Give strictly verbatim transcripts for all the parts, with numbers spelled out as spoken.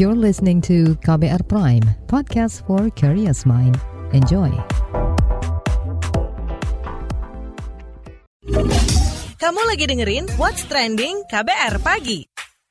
You're listening to K B R Prime, podcast for curious mind. Enjoy. Kamu lagi dengerin What's Trending K B R Pagi.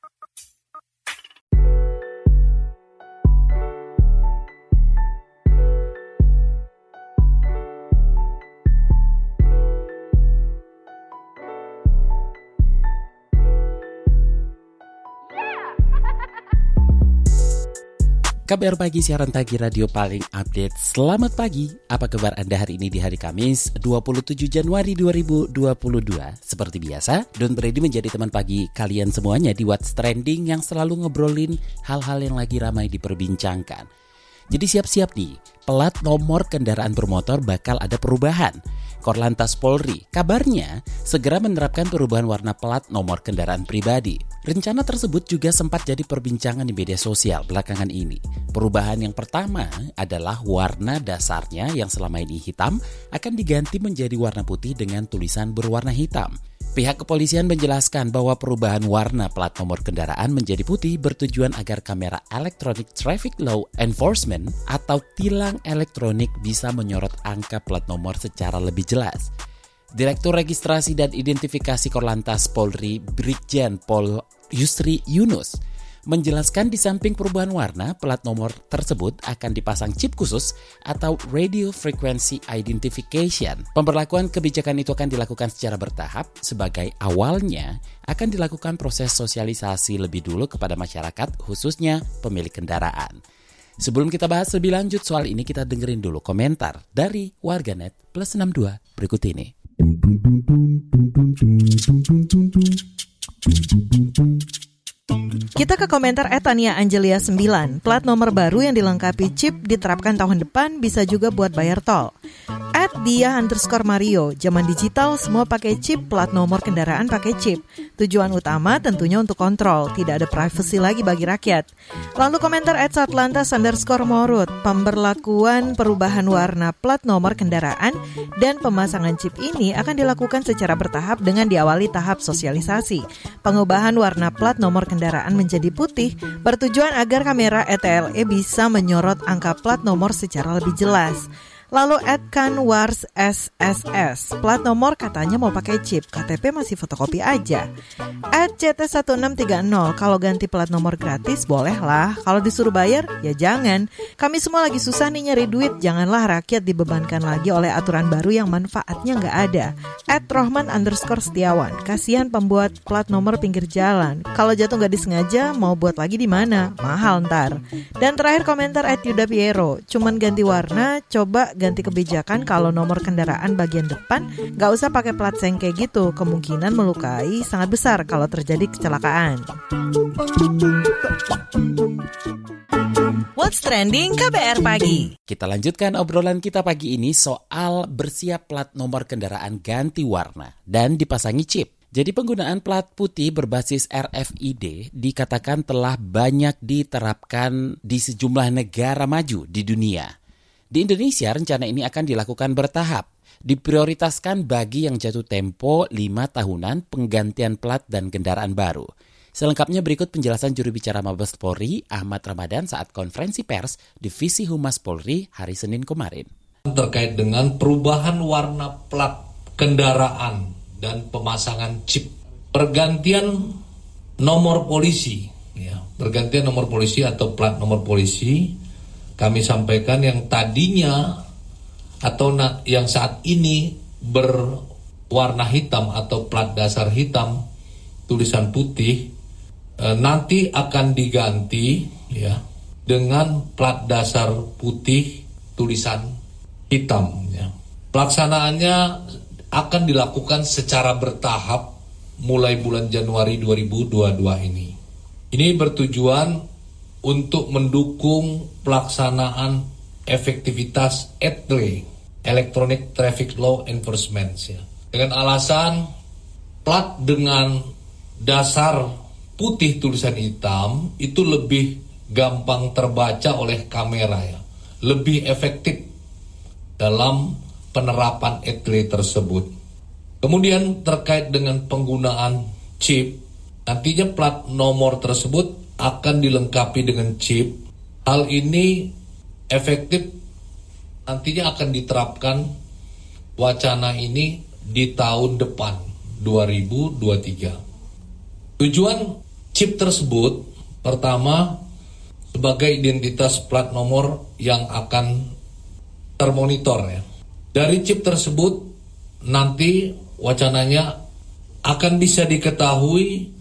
K B R Pagi, siaran pagi radio paling update. Selamat pagi, apa kabar Anda hari ini di hari Kamis dua puluh tujuh Januari dua ribu dua puluh dua? Seperti biasa, Don Brady menjadi teman pagi kalian semuanya di What's Trending yang selalu ngobrolin hal-hal yang lagi ramai diperbincangkan. Jadi siap-siap nih, plat nomor kendaraan bermotor bakal ada perubahan. Korlantas Polri kabarnya segera menerapkan perubahan warna plat nomor kendaraan pribadi. Rencana tersebut juga sempat jadi perbincangan di media sosial belakangan ini. Perubahan yang pertama adalah warna dasarnya yang selama ini hitam akan diganti menjadi warna putih dengan tulisan berwarna hitam. Pihak kepolisian menjelaskan bahwa perubahan warna plat nomor kendaraan menjadi putih bertujuan agar kamera Electronic Traffic Law Enforcement atau tilang elektronik bisa menyorot angka plat nomor secara lebih jelas. Direktur Registrasi dan Identifikasi Korlantas Polri Brigjen Pol Yusri Yunus menjelaskan di samping perubahan warna, plat nomor tersebut akan dipasang chip khusus atau Radio Frequency Identification. Pemberlakuan kebijakan itu akan dilakukan secara bertahap. Sebagai awalnya, akan dilakukan proses sosialisasi lebih dulu kepada masyarakat, khususnya pemilik kendaraan. Sebelum kita bahas lebih lanjut soal ini, kita dengerin dulu komentar dari warganet plus enam dua berikut ini. Kita ke komentar Etania Angelia sembilan. Plat nomor baru yang dilengkapi chip diterapkan tahun depan, bisa juga buat bayar tol. At dia underscore Mario, zaman digital semua pakai chip, plat nomor kendaraan pakai chip. Tujuan utama tentunya untuk kontrol, tidak ada privacy lagi bagi rakyat. Lalu komentar at Satlantas underscore Morut, pemberlakuan perubahan warna plat nomor kendaraan dan pemasangan chip ini akan dilakukan secara bertahap dengan diawali tahap sosialisasi. Pengubahan warna plat nomor kendaraan menjadi putih bertujuan agar kamera E T L E bisa menyorot angka plat nomor secara lebih jelas. Lalu at Kanwars S S S, plat nomor katanya mau pakai chip, K T P masih fotokopi aja. At C T satu enam tiga nol, kalau ganti plat nomor gratis boleh lah, kalau disuruh bayar ya jangan. Kami semua lagi susah nih nyari duit, janganlah rakyat dibebankan lagi oleh aturan baru yang manfaatnya nggak ada. At Rohman underscore Setiawan, kasihan pembuat plat nomor pinggir jalan, kalau jatuh nggak disengaja mau buat lagi di mana, mahal ntar. Dan terakhir komentar at Yuda Piero, cuman ganti warna, coba ganti kebijakan kalau nomor kendaraan bagian depan gak usah pakai plat sengke gitu, kemungkinan melukai sangat besar kalau terjadi kecelakaan. What's Trending K B R Pagi. Kita lanjutkan obrolan kita pagi ini soal bersiap plat nomor kendaraan ganti warna dan dipasangi chip. Jadi penggunaan plat putih berbasis R F I D dikatakan telah banyak diterapkan di sejumlah negara maju di dunia. Di Indonesia, rencana ini akan dilakukan bertahap. Diprioritaskan bagi yang jatuh tempo lima tahunan penggantian plat dan kendaraan baru. Selengkapnya berikut penjelasan juru bicara Mabes Polri, Ahmad Ramadan, saat konferensi pers Divisi Humas Polri hari Senin kemarin. Terkait dengan perubahan warna plat kendaraan dan pemasangan chip. Pergantian nomor polisi, ya, pergantian nomor polisi atau plat nomor polisi, kami sampaikan yang tadinya atau na- yang saat ini berwarna hitam atau plat dasar hitam tulisan putih e, nanti akan diganti ya dengan plat dasar putih tulisan hitam ya. Pelaksanaannya akan dilakukan secara bertahap mulai bulan Januari dua ribu dua puluh dua ini. Ini bertujuan untuk mendukung pelaksanaan efektivitas E T L E, Electronic Traffic Law Enforcement, ya. Dengan alasan plat dengan dasar putih tulisan hitam itu lebih gampang terbaca oleh kamera, ya, lebih efektif dalam penerapan E T L E tersebut. Kemudian terkait dengan penggunaan chip, nantinya plat nomor tersebut akan dilengkapi dengan chip. Hal ini efektif nantinya akan diterapkan wacana ini di tahun depan dua ribu dua puluh tiga. Tujuan chip tersebut pertama sebagai identitas plat nomor yang akan termonitor ya. Dari chip tersebut nanti wacananya akan bisa diketahui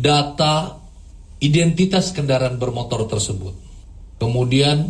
data identitas kendaraan bermotor tersebut. Kemudian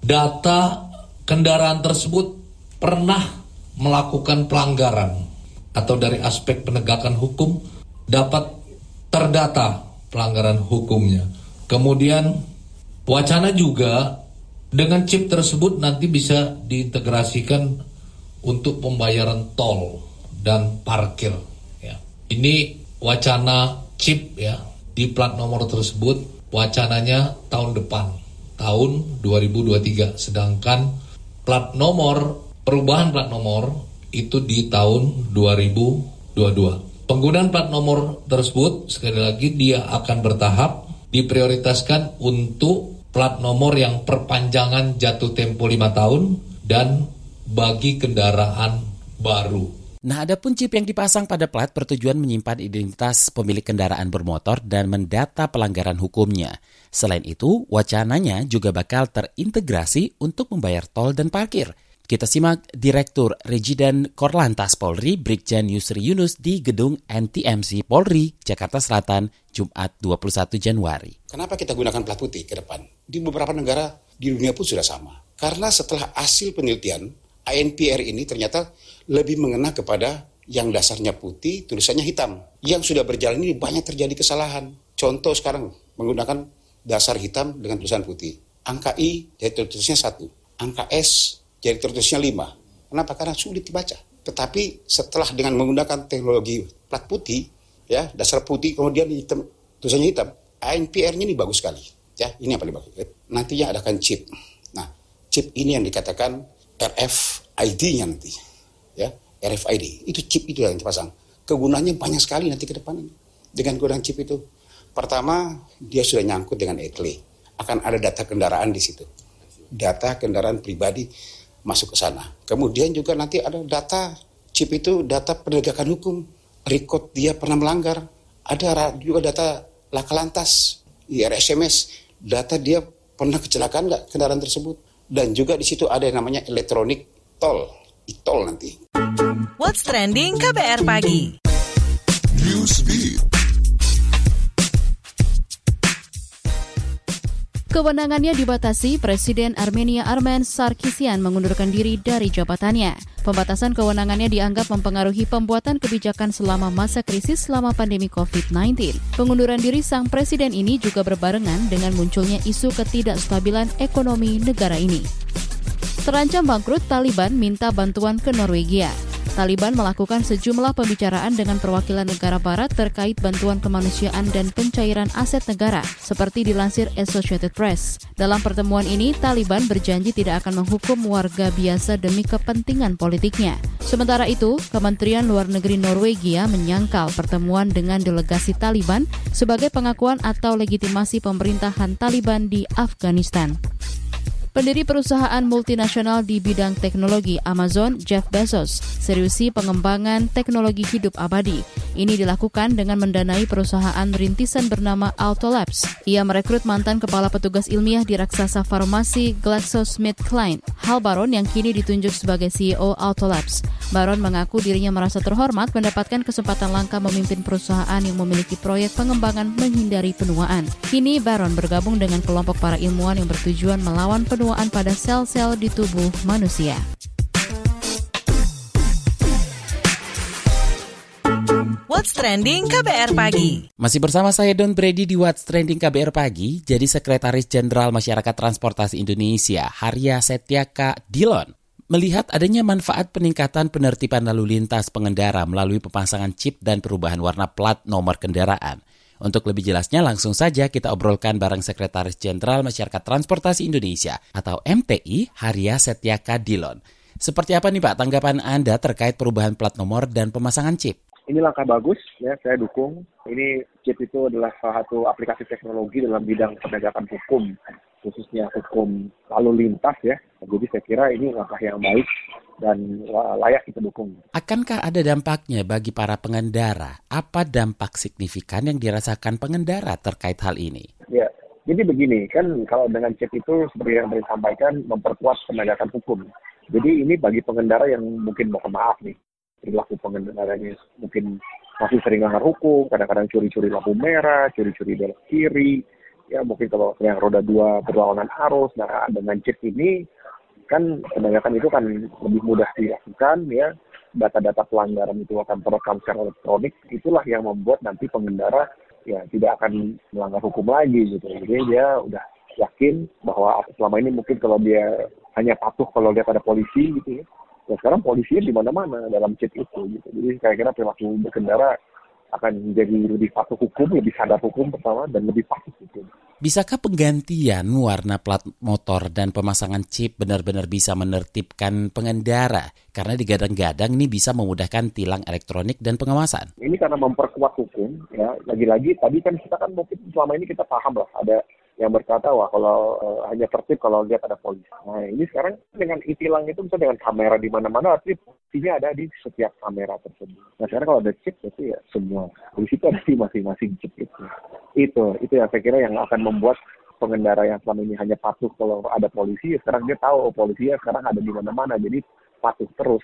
data kendaraan tersebut pernah melakukan pelanggaran atau dari aspek penegakan hukum dapat terdata pelanggaran hukumnya. Kemudian wacana juga dengan chip tersebut nanti bisa diintegrasikan untuk pembayaran tol dan parkir. Ya. Ini wacana chip ya di plat nomor tersebut wacananya tahun depan, tahun dua ribu dua puluh tiga. Sedangkan plat nomor, perubahan plat nomor itu di tahun dua ribu dua puluh dua. Penggunaan plat nomor tersebut sekali lagi dia akan bertahap, diprioritaskan untuk plat nomor yang perpanjangan jatuh tempo lima tahun dan bagi kendaraan baru. Nah, ada pun chip yang dipasang pada plat bertujuan menyimpan identitas pemilik kendaraan bermotor dan mendata pelanggaran hukumnya. Selain itu, wacananya juga bakal terintegrasi untuk membayar tol dan parkir. Kita simak Direktur Rejiden Korlantas Polri, Brigjen Yusri Yunus di Gedung N T M C Polri, Jakarta Selatan, Jumat dua puluh satu Januari. Kenapa kita gunakan plat putih ke depan? Di beberapa negara di dunia pun sudah sama. Karena setelah hasil penelitian, A N P R ini ternyata lebih mengena kepada yang dasarnya putih, tulisannya hitam. Yang sudah berjalan ini banyak terjadi kesalahan. Contoh sekarang menggunakan dasar hitam dengan tulisan putih. Angka I jadi tertulisnya satu, angka S jadi tertulisnya lima. Kenapa? Karena sulit dibaca. Tetapi setelah dengan menggunakan teknologi plat putih, ya dasar putih kemudian hitam, tulisannya hitam, A N P R-nya ini bagus sekali. Ya, ini yang paling bagus. Nantinya adakan chip. Nah, chip ini yang dikatakan R F I D-nya nanti. Ya, R F I D. Itu chip itu yang dipasang. Kegunaannya banyak sekali nanti ke depan ini. Dengan gunaan chip itu. Pertama, dia sudah nyangkut dengan E T L I. Akan ada data kendaraan di situ. Data kendaraan pribadi masuk ke sana. Kemudian juga nanti ada data, chip itu data penegakan hukum. Record dia pernah melanggar. Ada juga data laka lantas, I R S M S. Data dia pernah kecelakaan nggak kendaraan tersebut. Dan juga di situ ada yang namanya elektronik tol, e-tol nanti. What's Trending K B R Pagi. Newsbeat. Kewenangannya dibatasi, Presiden Armenia Armen Sarkisyan mengundurkan diri dari jabatannya. Pembatasan kewenangannya dianggap mempengaruhi pembuatan kebijakan selama masa krisis selama pandemi covid sembilan belas. Pengunduran diri sang presiden ini juga berbarengan dengan munculnya isu ketidakstabilan ekonomi negara ini. Terancam bangkrut, Taliban minta bantuan ke Norwegia. Taliban melakukan sejumlah pembicaraan dengan perwakilan negara barat terkait bantuan kemanusiaan dan pencairan aset negara, seperti dilansir Associated Press. Dalam pertemuan ini, Taliban berjanji tidak akan menghukum warga biasa demi kepentingan politiknya. Sementara itu, Kementerian Luar Negeri Norwegia menyangkal pertemuan dengan delegasi Taliban sebagai pengakuan atau legitimasi pemerintahan Taliban di Afghanistan. Pendiri perusahaan multinasional di bidang teknologi Amazon, Jeff Bezos, seriusi pengembangan teknologi hidup abadi. Ini dilakukan dengan mendanai perusahaan rintisan bernama Autolabs. Ia merekrut mantan kepala petugas ilmiah di raksasa farmasi GlaxoSmithKline, Hal Baron, yang kini ditunjuk sebagai C E O Autolabs. Baron mengaku dirinya merasa terhormat mendapatkan kesempatan langka memimpin perusahaan yang memiliki proyek pengembangan menghindari penuaan. Kini Baron bergabung dengan kelompok para ilmuwan yang bertujuan melawan penuaan pada sel-sel di tubuh manusia. What's Trending K B R Pagi. Masih bersama saya Don Brady di What's Trending K B R Pagi. Jadi Sekretaris Jenderal Masyarakat Transportasi Indonesia, Harya Setiaka Dilon, melihat adanya manfaat peningkatan penertiban lalu lintas pengendara melalui pemasangan chip dan perubahan warna plat nomor kendaraan. Untuk lebih jelasnya langsung saja kita obrolkan bareng Sekretaris Jenderal Masyarakat Transportasi Indonesia atau M T I, Harya Setiaka Dilon. Seperti apa nih Pak tanggapan Anda terkait perubahan plat nomor dan pemasangan chip? ini langkah bagus, ya saya dukung. Ini chip itu adalah salah satu aplikasi teknologi dalam bidang penegakan hukum, khususnya hukum lalu lintas ya. Jadi saya kira ini langkah yang baik dan layak kita dukung. Akankah ada dampaknya bagi para pengendara? Apa dampak signifikan yang dirasakan pengendara terkait hal ini? Ya, jadi begini, kan kalau dengan chip itu seperti yang tadi sampaikan, memperkuat penegakan hukum. Jadi ini bagi pengendara yang mungkin mohon maaf nih, perilaku pengendaranya mungkin masih sering melanggar hukum, kadang-kadang curi-curi lampu merah, curi-curi belok kiri, ya mungkin kalau yang roda dua berlawanan arus. Nah dengan chip ini kan penegakan itu kan lebih mudah dilakukan ya, data-data pelanggaran itu akan terekam secara elektronik, itulah yang membuat nanti pengendara ya tidak akan melanggar hukum lagi gitu. Jadi dia udah yakin bahwa selama ini mungkin kalau dia hanya patuh kalau lihat ada polisi gitu ya, ya sekarang polisinya di mana-mana dalam chip itu gitu. Jadi kira-kira perilaku berkendara akan menjadi lebih patuh hukum, lebih sadar hukum pertama, dan lebih patuh hukum. Bisakah penggantian warna plat motor dan pemasangan chip benar-benar bisa menertibkan pengendara? Karena digadang-gadang ini bisa memudahkan tilang elektronik dan pengawasan. Ini karena memperkuat hukum, ya. Lagi-lagi tadi kan kita kan mungkin selama ini kita paham lah, ada yang berkata wah kalau uh, hanya tertib kalau lihat ada polisi. Nah ini sekarang dengan e-tilang itu bisa dengan kamera di mana-mana, artinya polisinya ada di setiap kamera tersebut. Nah sekarang kalau ada chip itu ya semua polisi itu ada di masing-masing chip itu. Itu itu yang saya kira yang akan membuat pengendara yang selama ini hanya patuh kalau ada polisi, ya sekarang dia tahu oh, polisinya sekarang ada di mana-mana, jadi patuh terus.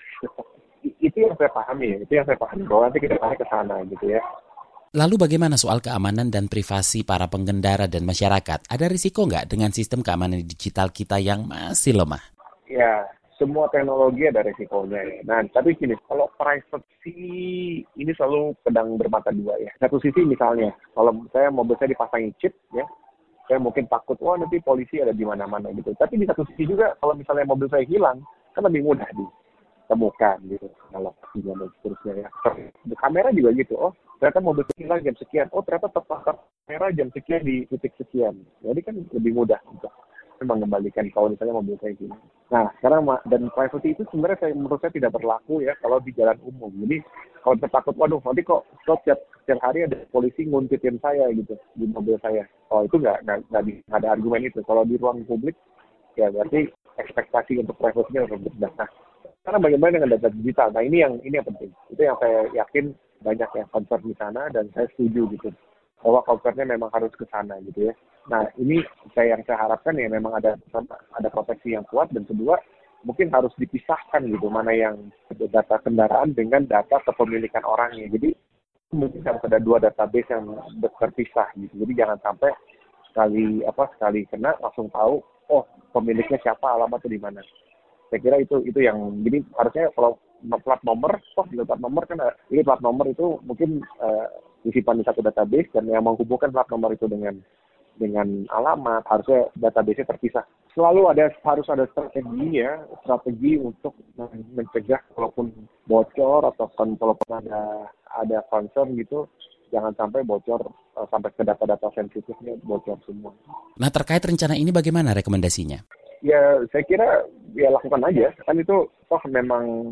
Itu yang saya pahami, ya. Itu yang saya pahami bahwa nanti kita akan ke sana gitu ya. Lalu bagaimana soal keamanan dan privasi para pengendara dan masyarakat? Ada risiko nggak dengan sistem keamanan digital kita yang masih lemah? Ya, semua teknologi ada risikonya ya. Nah, tapi gini, kalau privacy ini selalu pedang bermata dua ya. Satu sisi misalnya, kalau saya mobil saya dipasangi chip ya, saya mungkin takut, wah nanti polisi ada di mana-mana gitu. Tapi di satu sisi juga, kalau misalnya mobil saya hilang, kan lebih mudah ditemukan gitu. Kalau dan seterusnya ya. Kamera juga gitu, oh ternyata mobil hilang jam sekian, oh ternyata terpasang kamera jam sekian di titik sekian. Jadi kan lebih mudah untuk mengembalikan kalau misalnya mobil saya gini. Nah sekarang dan privacy itu sebenarnya saya, menurut saya tidak berlaku ya kalau di jalan umum. Jadi kalau saya takut, waduh nanti kok setiap setiap hari ada polisi nguntitin saya gitu di mobil saya. Oh itu nggak nggak nggak ada argumen itu. Kalau di ruang publik ya berarti ekspektasi untuk privacy-nya harus berbeda. Karena bagaimana dengan data digital? Nah ini yang ini yang penting. Itu yang saya yakin banyak yang concern di sana dan saya setuju gitu bahwa concernnya memang harus ke sana gitu ya. Nah ini saya yang saya harapkan ya memang ada ada proteksi yang kuat, dan kedua mungkin harus dipisahkan gitu mana yang data kendaraan dengan data kepemilikan orangnya. Jadi mungkin harus ada dua database yang terpisah gitu. Jadi jangan sampai sekali apa sekali kena langsung tahu oh pemiliknya siapa, alamatnya di mana. Saya kira itu itu yang jadi harusnya kalau plat nomor, toh di plat nomor kan ini plat nomor itu mungkin uh, disimpan di satu database, dan yang menghubungkan plat nomor itu dengan dengan alamat harusnya database-nya terpisah. Selalu ada harus ada strategi ya, strategi untuk mencegah walaupun bocor atau kalaupun ada ada concern gitu, jangan sampai bocor uh, sampai ke data-data sensitifnya bocor semua. Nah terkait rencana ini bagaimana rekomendasinya? Ya saya kira ya lakukan aja, kan itu toh memang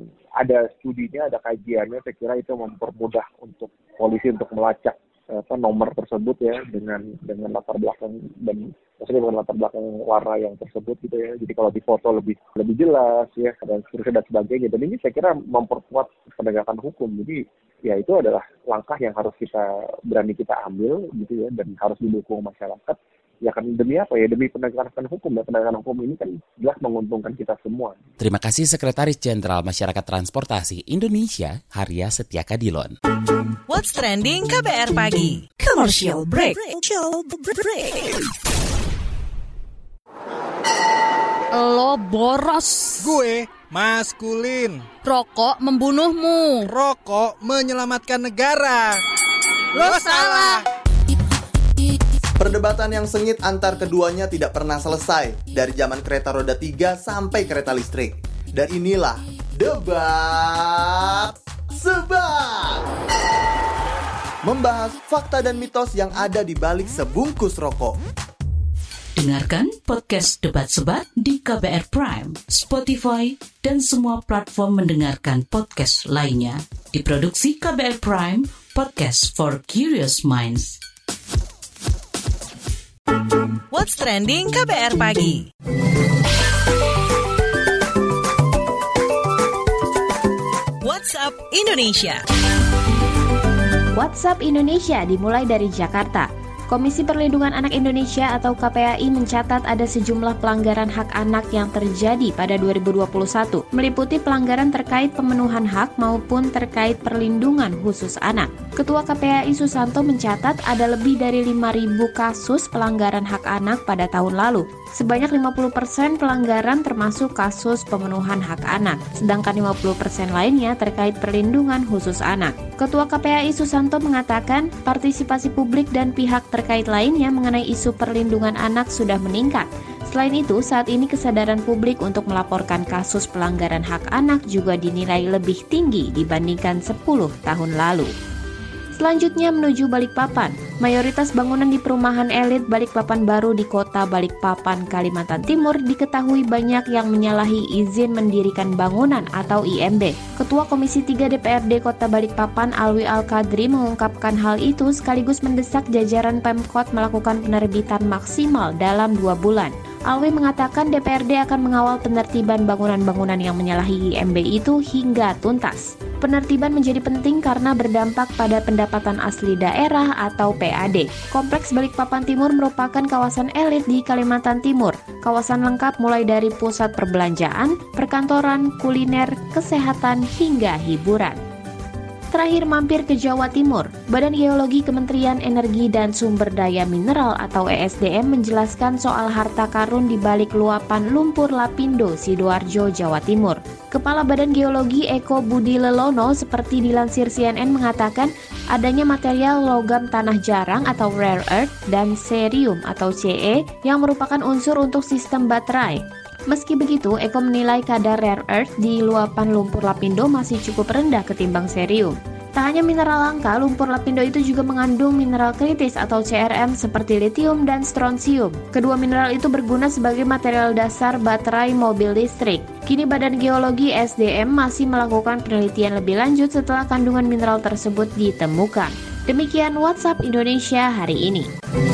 ada studinya, ada kajiannya. Saya kira itu mempermudah untuk polisi untuk melacak apa nomor tersebut ya dengan dengan latar belakang dan maksudnya dengan latar belakang warna yang tersebut gitu ya. Jadi kalau di foto lebih lebih jelas ya dan seterusnya dan sebagainya. Dan ini saya kira memperkuat penegakan hukum. Jadi ya itu adalah langkah yang harus kita berani kita ambil gitu ya, dan harus didukung masyarakat. Ya kan demi apa ya, demi penegakan hukum. Dan penegakan hukum ini kan jelas menguntungkan kita semua. Terima kasih Sekretaris Jenderal Masyarakat Transportasi Indonesia, Haria Setiaka Dilon. What's Trending K B R Pagi. Commercial break. Lo boros. Gue maskulin. Rokok membunuhmu. Rokok menyelamatkan negara. Lo salah. Perdebatan yang sengit antar keduanya tidak pernah selesai dari zaman kereta roda tiga sampai kereta listrik. Dan inilah Debat Sebat, membahas fakta dan mitos yang ada di balik sebungkus rokok. Dengarkan podcast Debat Sebat di K B R Prime, Spotify, dan semua platform mendengarkan podcast lainnya. Diproduksi K B R Prime, podcast for curious minds. What's Trending K B R Pagi. WhatsApp Indonesia. WhatsApp Indonesia dimulai dari Jakarta. Komisi Perlindungan Anak Indonesia atau K P A I mencatat ada sejumlah pelanggaran hak anak yang terjadi pada dua ribu dua puluh satu, meliputi pelanggaran terkait pemenuhan hak maupun terkait perlindungan khusus anak. Ketua K P A I Susanto mencatat ada lebih dari lima ribu kasus pelanggaran hak anak pada tahun lalu. Sebanyak lima puluh persen pelanggaran termasuk kasus pemenuhan hak anak, sedangkan lima puluh persen lainnya terkait perlindungan khusus anak. Ketua K P A I Susanto mengatakan partisipasi publik dan pihak terkait lainnya mengenai isu perlindungan anak sudah meningkat. Selain itu, saat ini kesadaran publik untuk melaporkan kasus pelanggaran hak anak juga dinilai lebih tinggi dibandingkan sepuluh tahun lalu. Selanjutnya menuju Balikpapan. Mayoritas bangunan di perumahan elit Balikpapan Baru di kota Balikpapan, Kalimantan Timur diketahui banyak yang menyalahi izin mendirikan bangunan atau I M B. Ketua Komisi tiga D P R D Kota Balikpapan Alwi Al-Kadri mengungkapkan hal itu sekaligus mendesak jajaran Pemkot melakukan penerbitan maksimal dalam dua bulan. Alwi mengatakan D P R D akan mengawal penertiban bangunan-bangunan yang menyalahi I M B itu hingga tuntas. Penertiban menjadi penting karena berdampak pada pendapatan asli daerah atau P A D. Kompleks Balikpapan Timur merupakan kawasan elit di Kalimantan Timur. Kawasan lengkap mulai dari pusat perbelanjaan, perkantoran, kuliner, kesehatan, hingga hiburan. Terakhir mampir ke Jawa Timur, Badan Geologi Kementerian Energi dan Sumber Daya Mineral atau E S D M menjelaskan soal harta karun di balik luapan lumpur Lapindo, Sidoarjo, Jawa Timur. Kepala Badan Geologi Eko Budi Lelono seperti dilansir C N N mengatakan adanya material logam tanah jarang atau rare earth dan cerium atau C E yang merupakan unsur untuk sistem baterai. Meski begitu, Eko menilai kadar rare earth di luapan lumpur Lapindo masih cukup rendah ketimbang cerium. Tak hanya mineral langka, lumpur Lapindo itu juga mengandung mineral kritis atau C R M seperti litium dan strontium. Kedua mineral itu berguna sebagai material dasar baterai mobil listrik. Kini Badan Geologi S D M masih melakukan penelitian lebih lanjut setelah kandungan mineral tersebut ditemukan. Demikian WhatsApp Indonesia hari ini.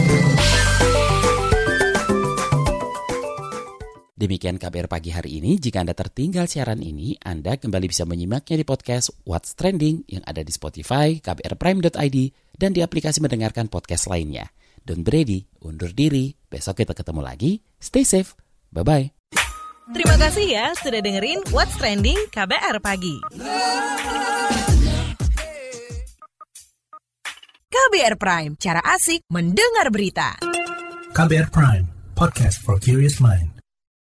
Demikian K B R Pagi hari ini. Jika Anda tertinggal siaran ini, Anda kembali bisa menyimaknya di podcast What's Trending yang ada di Spotify, k b r prime dot i d, dan di aplikasi mendengarkan podcast lainnya. Don't be ready, undur diri. Besok kita ketemu lagi. Stay safe. Bye-bye. Terima kasih ya sudah dengerin What's Trending K B R Pagi. K B R Prime, cara asik mendengar berita. K B R Prime, podcast for curious mind.